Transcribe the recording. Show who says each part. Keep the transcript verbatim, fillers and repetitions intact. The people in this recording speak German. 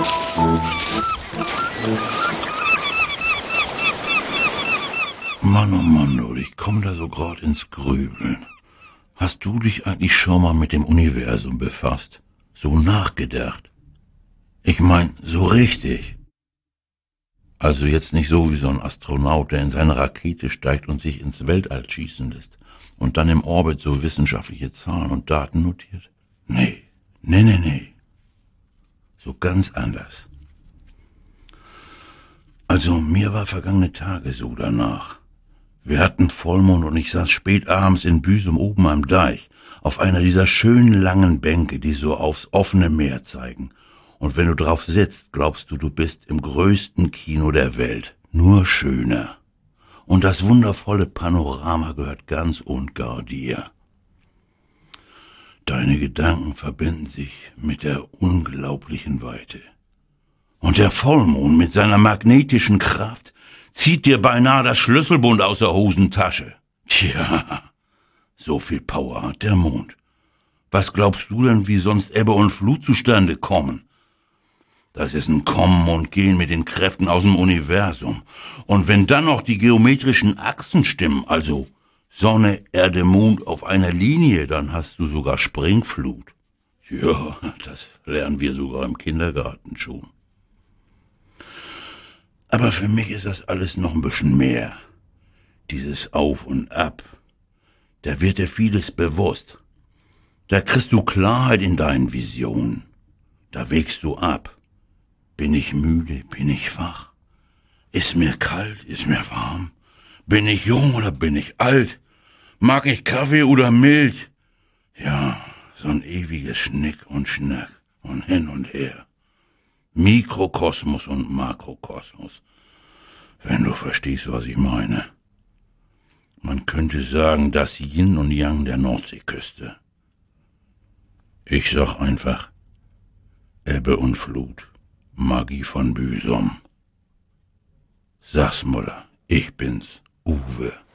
Speaker 1: Mann, oh Mann, du, ich komm da so grad ins Grübeln. Hast du dich eigentlich schon mal mit dem Universum befasst? So nachgedacht? Ich mein, so richtig. Also jetzt nicht so wie so ein Astronaut, der in seine Rakete steigt und sich ins Weltall schießen lässt und dann im Orbit so wissenschaftliche Zahlen und Daten notiert. Nee, nee, nee, nee. So ganz anders. Also mir war vergangene Tage so danach. Wir hatten Vollmond und ich saß spät abends in Büsum oben am Deich auf einer dieser schönen langen Bänke, die so aufs offene Meer zeigen. Und wenn du drauf sitzt, glaubst du, du bist im größten Kino der Welt. Nur schöner. Und das wundervolle Panorama gehört ganz und gar dir. Deine Gedanken verbinden sich mit der unglaublichen Weite. Und der Vollmond mit seiner magnetischen Kraft zieht dir beinahe das Schlüsselbund aus der Hosentasche. Tja, so viel Power hat der Mond. Was glaubst du denn, wie sonst Ebbe und Flut zustande kommen? Das ist ein Kommen und Gehen mit den Kräften aus dem Universum. Und wenn dann noch die geometrischen Achsen stimmen, also Sonne, Erde, Mond auf einer Linie, dann hast du sogar Springflut. Ja, das lernen wir sogar im Kindergarten schon. Aber für mich ist das alles noch ein bisschen mehr. Dieses Auf und Ab. Da wird dir vieles bewusst. Da kriegst du Klarheit in deinen Visionen. Da wägst du ab. Bin ich müde? Bin ich wach? Ist mir kalt? Ist mir warm? Bin ich jung oder bin ich alt? Mag ich Kaffee oder Milch? Ja, so ein ewiges Schnick und Schnack und hin und her. Mikrokosmos und Makrokosmos. Wenn du verstehst, was ich meine. Man könnte sagen, das Yin und Yang der Nordseeküste. Ich sag einfach, Ebbe und Flut, Magie von Büsum. Sag's, Mutter, ich bin's, Uwe.